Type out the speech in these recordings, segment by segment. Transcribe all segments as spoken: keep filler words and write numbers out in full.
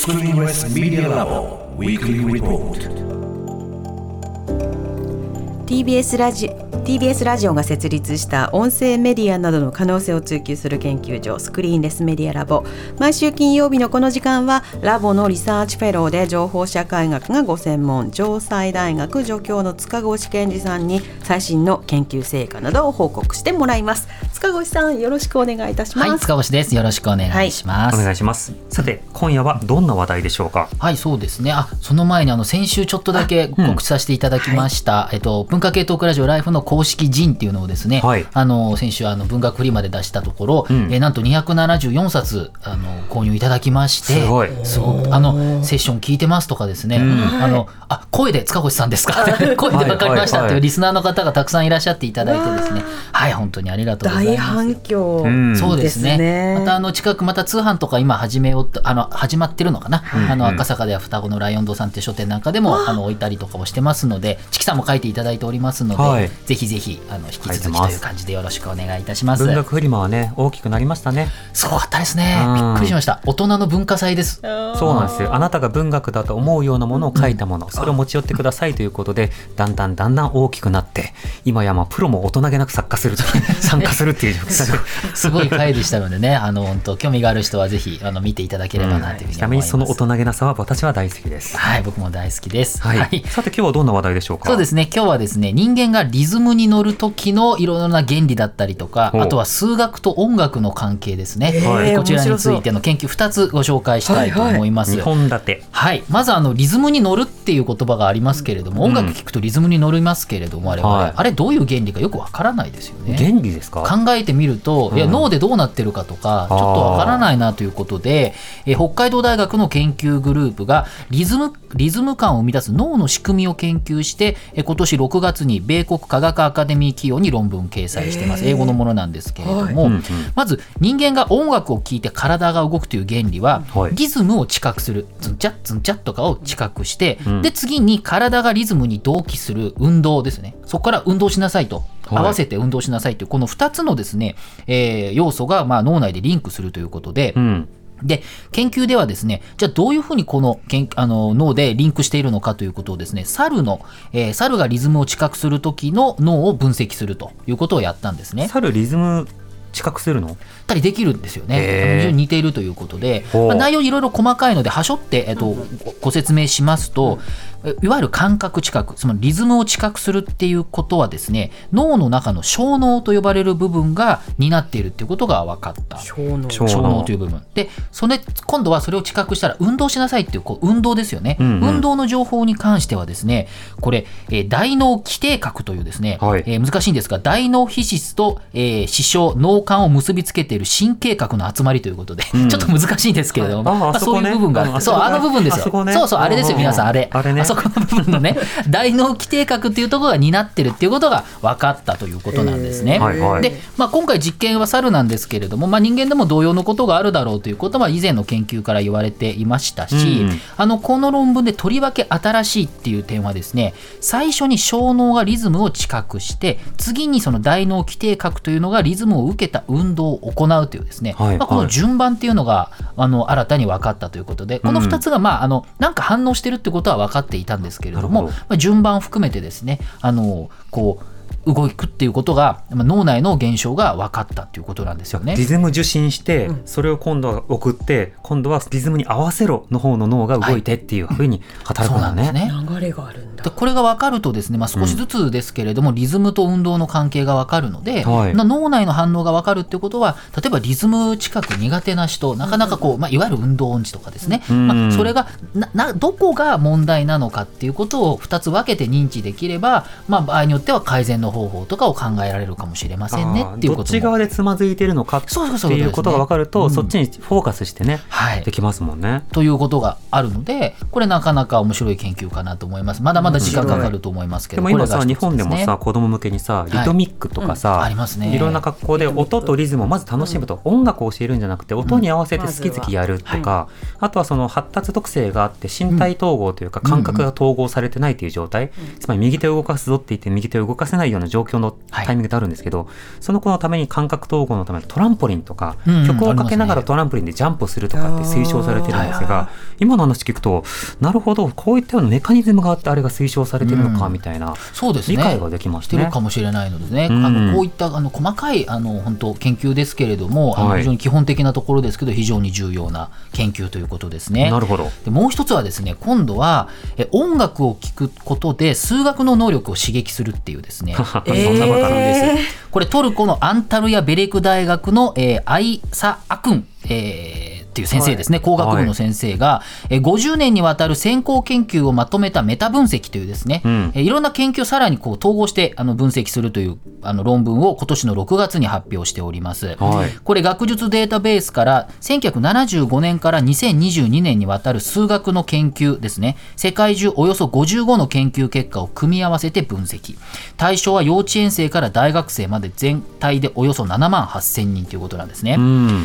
Screen West Media Lab Weekly Report。 ティービーエス ラジオ ティービーエス ラジオが設立した音声メディアなどの可能性を追求する研究所スクリーンレスメディアラボ。毎週金曜日のこの時間はラボのリサーチフェローで情報社会学がご専門、城西大学助教の塚越健二さんに最新の研究成果などを報告してもらいます。塚越さん、よろしくお願いいたします。 はい、塚越です。よろしくお願いします、 はい、お願いします。さて今夜はどんな話題でしょうか。 はい、そうですね。あ、その前にあの先週ちょっとだけ告知させていただきました、うんはいえっと、文化系トークラジオライフの公式ジンっていうのをですね、はい、あの先週あの文学フリマで出したところ、うんえなんとにひゃくななじゅうよんさつあの購入いただきまして、 すごいすごくあのセッション聞いてますとかですね、うん、あのあ声で塚越さんですか声で分かりましたというリスナーの方がたくさんいらっしゃっていただいてですね、はい、本当にありがとうございます。 大反響、 うん、そうですね。 ですね。 またあの近くまた通販とか今始めようとあの始まってるのかな、うん、あの赤坂では双子のライオン堂さんって書店なんかでもあの置いたりとかをしてますので、チキさんも書いていただいておりますので、はい、ぜひぜひあの引き続きという感じでよろしくお願いいたします。 文学フリマはね大きくなりましたね。 すごかったですね。びっくりしました。大人の文化祭です。 そうなんですよ。あなたが文学だと思うようなものを書いたもの、うん、それを持ち寄ってくださいということで、だんだんだんだん大きくなって今やまあプロも大人げなく作家する参加するっていうすごい回でしたのでね、あの本当興味がある人はぜひあの見ていただければなというふうに思います。 ちなみにその大人げなさは私は大好きです。 はい、僕も大好きです、 はいはい、さて今日はどんな話題でしょうか。 そうですね、今日はですね、人間がリズムに乗る時のいろいろな原理だったりとか、あとは数学と音楽の関係ですね、はい、こちらについての研究ふたつご紹介したいと思います。 にほん立て、 はい、まずあのリズムに乗るっていう言葉がありますけれども、うん、音楽聴くとリズムに乗りますけれども、我々、はい、あれどういう原理かよくわからないですよね。 原理ですか。 考えてみると、いや脳でどうなってるかとかちょっとわからないなということで、え北海道大学の研究グループがリズム、リズム感を生み出す脳の仕組みを研究して、え今年ろくがつに米国科学アカデミー企業に論文掲載しています。英語のものなんですけれども、はい、まず人間が音楽を聴いて体が動くという原理は、はい、リズムを知覚する、ズンチャッズンチャッとかを知覚して、うん、で次に体がリズムに同期する運動ですね。そこから運動しなさいと、合わせて運動しなさいというこのふたつのですね、えー、要素がまあ脳内でリンクするということで、うんで研究ではですね、じゃあどういうふうにこのけんあの脳でリンクしているのかということをですね、猿の、えー、猿がリズムを知覚する時の脳を分析するということをやったんですね。 猿リズム知覚するのたりできるんですよね。非常に似ているということで、まあ、内容いろいろ細かいのではしょって、えっと、ご説明しますと、いわゆる感覚知覚、つまりリズムを知覚するっていうことはですね、脳の中の小脳と呼ばれる部分が担っているっていうことが分かった。 小脳、 小脳という部分で、それ今度はそれを知覚したら運動しなさいっていう、こう運動ですよね、うんうん、運動の情報に関してはですね、これ、えー、大脳基底核というですね、はいえー、難しいんですが大脳皮質と、えー、視床脳幹を結びつけている神経核の集まりということで、うん、ちょっと難しいんですけれども、はいまあ、そういう部分があって、そうあの部分ですよ、あ、ね、そうそうあれですよ、皆さんあれ、あれね、あそこの部分のね大脳基底核っていうところが担ってるっていうことが分かったということなんですね。はいはい、で、まあ、今回実験は猿なんですけれども、まあ、人間でも同様のことがあるだろうということは以前の研究から言われていましたし、うん、あのこの論文でとりわけ新しいっていう点はですね、最初に小脳がリズムを知覚して次にその大脳基底核というのがリズムを受けた運動を行うというですね、はいはいまあ、この順番っていうのがあの新たに分かったということで、このふたつが、まあ、あのなんか反応してるってことは分かっていたんですけれども、まあ、順番を含めてですね、あのこう動くっていうことが脳内の現象が分かったっていうことなんですよね。 リズム受信してそれを今度は送って、うん、今度はリズムに合わせろの方の脳が動いてっていうふうに働くんだね。はい、そうなんですね。流れがあるんだ。 でこれが分かるとですね、まあ、少しずつですけれども、うん、リズムと運動の関係が分かるので、はい、脳内の反応が分かるっていうことは、例えばリズム近く苦手な人、なかなかこう、まあ、いわゆる運動音痴とかですね、うんまあ、それがななどこが問題なのかっていうことをふたつ分けて認知できれば、まあ、場合によっては改善の方法とかを考えられるかもしれませんねっていうことも、 どっち側でつまずいているのかっていうことが分かると、そっちにフォーカスしてね、はい、できますもんね。 ということがあるので、これなかなか面白い研究かなと思います。まだまだ時間かかると思いますけど、 でも今さ、日本でもさ子供向けにさリトミックとかさ、はいうん、ありますね、いろんな格好で音とリズムをまず楽しむと、うん、音楽を教えるんじゃなくて音に合わせて好き好きやるとか、うんはい、あとはその発達特性があって身体統合というか感覚が統合されてないという状態、うん、つまり右手を動かすぞって言って右手を動かせないようなの状況のタイミングであるんですけど、はい、その子のために感覚統合のためのトランポリンとか、うん、曲をかけながらトランポリンでジャンプをするとかって推奨されてるんですが、今の話聞くとなるほどこういったようなメカニズムがあってあれが推奨されてるのかみたいな、うん、そうですね、理解ができましたね。 してるかもしれないのですね、うん、あのこういったあの細かいあの本当研究ですけれども、あの非常に基本的なところですけど非常に重要な研究ということですね。 なるほど。 でもう一つはですね、今度はえ音楽を聴くことで数学の能力を刺激するっていうですねそんなことです。これトルコのアンタルヤベレク大学の、えー、アイサアクン、えーっていう先生ですね、はい、工学部の先生が、はい、ごじゅうねんにわたる先行研究をまとめたメタ分析というですね、うん、いろんな研究をさらにこう統合してあの分析するというあの論文を今年のろくがつに発表しております、はい、これ学術データベースからせんきゅうひゃくななじゅうごねんからにせんにじゅうにねんにわたる数学の研究ですね、世界中およそごじゅうごの研究結果を組み合わせて分析、対象は幼稚園生から大学生まで全体でおよそななまんはっせんにんということなんですね、うん、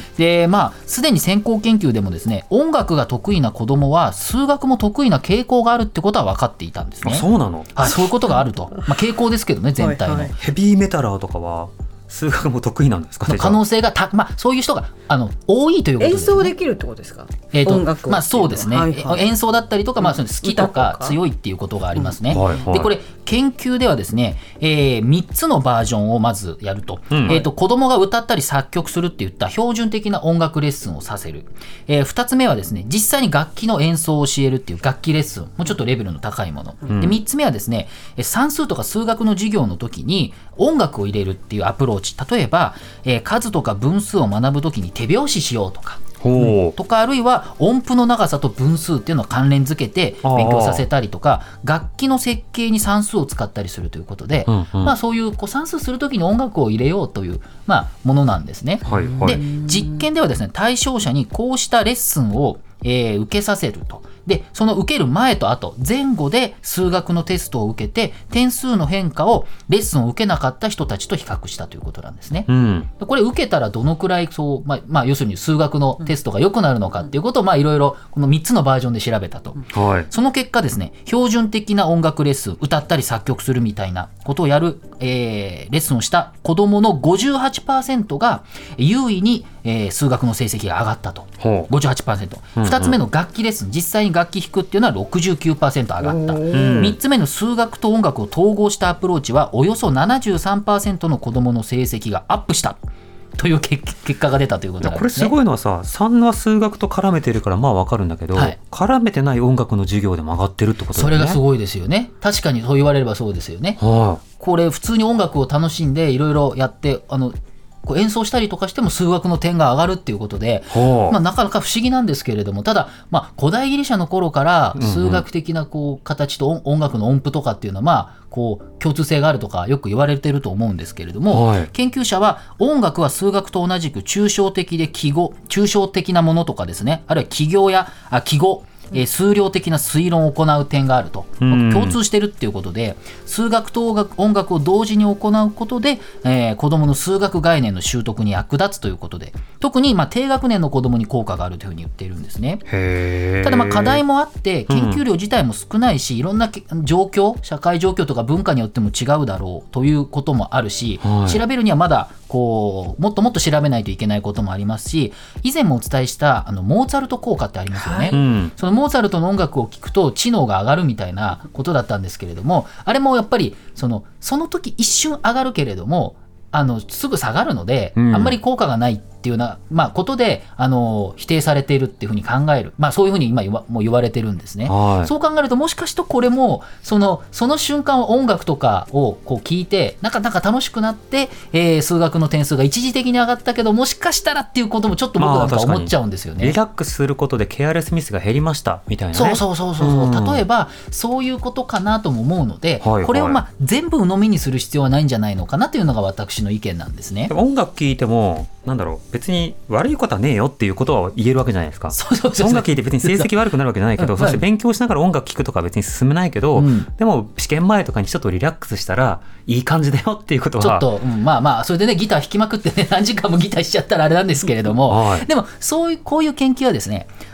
でまあすでに先行研究でもですね、音楽が得意な子どもは数学も得意な傾向があるってことは分かっていたんですね。 あ、そうなの？ はい、そういうことがあると、まあ、傾向ですけどね全体の、はいはい、 ヘビーメタラーとかは数学も得意なんですか？ 可能性がた、まあ、そういう人があの多いということです、ね、 演奏できるってことですか？ えーと音楽まあ、そうですね、はいはい、演奏だったりとか、まあ、その好きとか強いっていうことがありますね、うんはいはい、でこれ研究ではですね、えー、みっつのバージョンをまずやると、うんえー、と子供が歌ったり作曲するっていった標準的な音楽レッスンをさせる、えー、ふたつめはですね、実際に楽器の演奏を教えるっていう楽器レッスン、もうちょっとレベルの高いもの、うん、でみっつめはですね、算数とか数学の授業の時に音楽を入れるっていうアプローチ、例えば、えー、数とか分数を学ぶ時に手拍子しようとかほうとか、あるいは音符の長さと分数っていうのを関連づけて勉強させたりとか、楽器の設計に算数を使ったりするということで、うんうんまあ、そういう、こう算数するときに音楽を入れようという、まあ、ものなんですね、はいはい、で実験ではですね、対象者にこうしたレッスンを、えー、受けさせると。でその受ける前と後前後で数学のテストを受けて点数の変化をレッスンを受けなかった人たちと比較したということなんですね、うん、これ受けたらどのくらいそう、まあまあ、要するに数学のテストが良くなるのかっていうことをまあいろいろこのみっつのバージョンで調べたと、はい、その結果ですね、標準的な音楽レッスン、歌ったり作曲するみたいなことをやる、えー、レッスンをした子どもの ごじゅうはちパーセント が優位に、えー、数学の成績が上がったと、ごじゅうはちパーセント、うんうん、ふたつめの楽器レッスン、実際に楽器弾くっていうのは ろくじゅうきゅうパーセント 上がった、みっつめの数学と音楽を統合したアプローチはおよそ ななじゅうさんパーセント の子どもの成績がアップしたという結果が出たということなんですね。 これすごいのはさ、さんは数学と絡めてるからまあ分かるんだけど、はい、絡めてない音楽の授業でも上がってるってことだよね。 それがすごいですよね。確かにそう言われればそうですよね、はあ、これ普通に音楽を楽しんでいろいろやってあのこう演奏したりとかしても数学の点が上がるっていうことで、はあまあ、なかなか不思議なんですけれども、ただ、まあ、古代ギリシャの頃から数学的なこう形と音楽の音符とかっていうのはまあこう共通性があるとかよく言われてると思うんですけれども、はい、研究者は音楽は数学と同じく抽象的で記号抽象的なものとかですね、あるいは記号やあ記号えー、数量的な推論を行う点があると、共通してるっていうことで、数学と音楽、音楽を同時に行うことで、えー、子どもの数学概念の習得に役立つということで、特にまあ低学年の子どもに効果があるというふうに言っているんですね。 へー。 ただまあ課題もあって研究量自体も少ないし、うん、いろんな状況、社会状況とか文化によっても違うだろうということもあるし、はい、調べるにはまだこうもっともっと調べないといけないこともありますし、以前もお伝えしたあのモーツァルト効果ってありますよね、はい、うん、そのモーツァルトの音楽を聴くと知能が上がるみたいなことだったんですけれども、あれもやっぱりその、その時一瞬上がるけれどもあのすぐ下がるので、うん、あんまり効果がないっていうような、まあ、ことであの否定されているっていうふうに考える、まあ、そういうふうに今言わ、もう言われてるんですね、はい、そう考えるともしかしてこれもその、その瞬間は音楽とかをこう聞いてなかなか楽しくなって、えー、数学の点数が一時的に上がったけどもしかしたらっていうこともちょっと僕なんか思っちゃうんですよね、まあ、 リラックスすることでケアレスミスが減りましたみたいなね。 そうそうそうそう、うん、例えばそういうことかなとも思うので、はいはい、これをまあ全部鵜呑みにする必要はないんじゃないのかなというのが私の意見なんですね。 音楽聴いてもなんだろう、別に悪いことはねえよっていうことは言えるわけじゃないですか。 そうそうそうそう、 音楽聴いて別に成績悪くなるわけじゃないけど、そして勉強しながら音楽聴くとか別に進めないけど、うん、でも試験前とかにちょっとリラックスしたらいい感じだよっていうことはちょっと、うん、まあまあそれでねギター弾きまくってね何時間もギターしちゃったらあれなんですけれども、はい、でもそういうこういう研究はですね、あの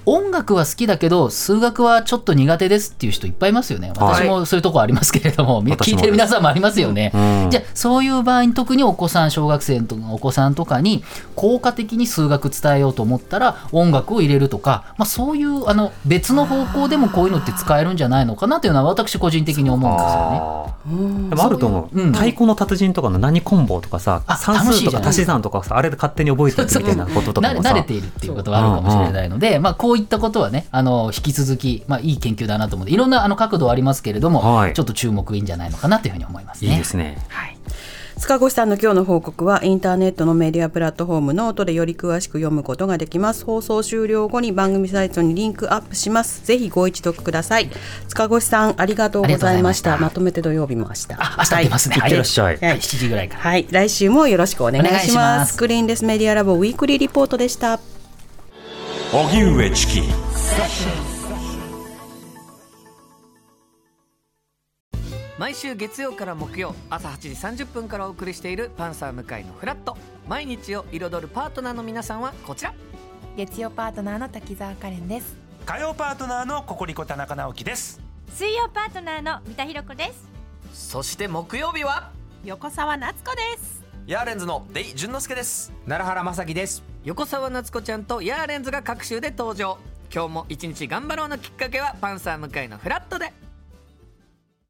音楽は好きだけど数学はちょっと苦手ですっていう人いっぱいいますよね。私もそういうところありますけれども、はい、聞いてる皆さんもありますよね、うん、じゃあそういう場合に特にお子さん小学生のお子さんとかに効果的に数学伝えようと思ったら音楽を入れるとか、まあ、そういうあの別の方向でもこういうのって使えるんじゃないのかなというのは私個人的に思うんですよね。 でもあると思う、うん、太鼓の達人とかの何コンボとかさ、算数とか足し算とかさ、あれで勝手に覚えていくみたいなこととかもさ、慣れているっていうことがあるかもしれないので、まあ、こういったことはね、あの引き続き、まあ、いい研究だなと思うので、いろんなあの角度はありますけれども、はい、ちょっと注目いいんじゃないのかなというふうに思いますね。 いいですね、 はい。塚越さんの今日の報告はインターネットのメディアプラットフォームノートでより詳しく読むことができます。放送終了後に番組サイトにリンクアップします。ぜひご一読ください。塚越さんありがとうございました。まとめて土曜日も明日あ明日出ますね、 はい、いってらっしゃい、 はい、しちじぐらいから、 はい、来週もよろしくお願いします。スクリーンレスメディアラボウィークリーリポートでした。 荻上チキ毎週月曜から木曜朝はちじさんじゅっぷんからお送りしているパンサー向井のフラット。毎日を彩るパートナーの皆さんはこちら。 月曜パートナーの滝沢カレンです。 火曜パートナーのココリコ田中直樹です。 水曜パートナーの三田寛子です。 そして木曜日は横澤夏子です。 ヤーレンズのデイ淳之介です。 奈良原正樹です。 横澤夏子ちゃんとヤーレンズが各週で登場。今日も一日頑張ろうのきっかけはパンサー向井のフラットで。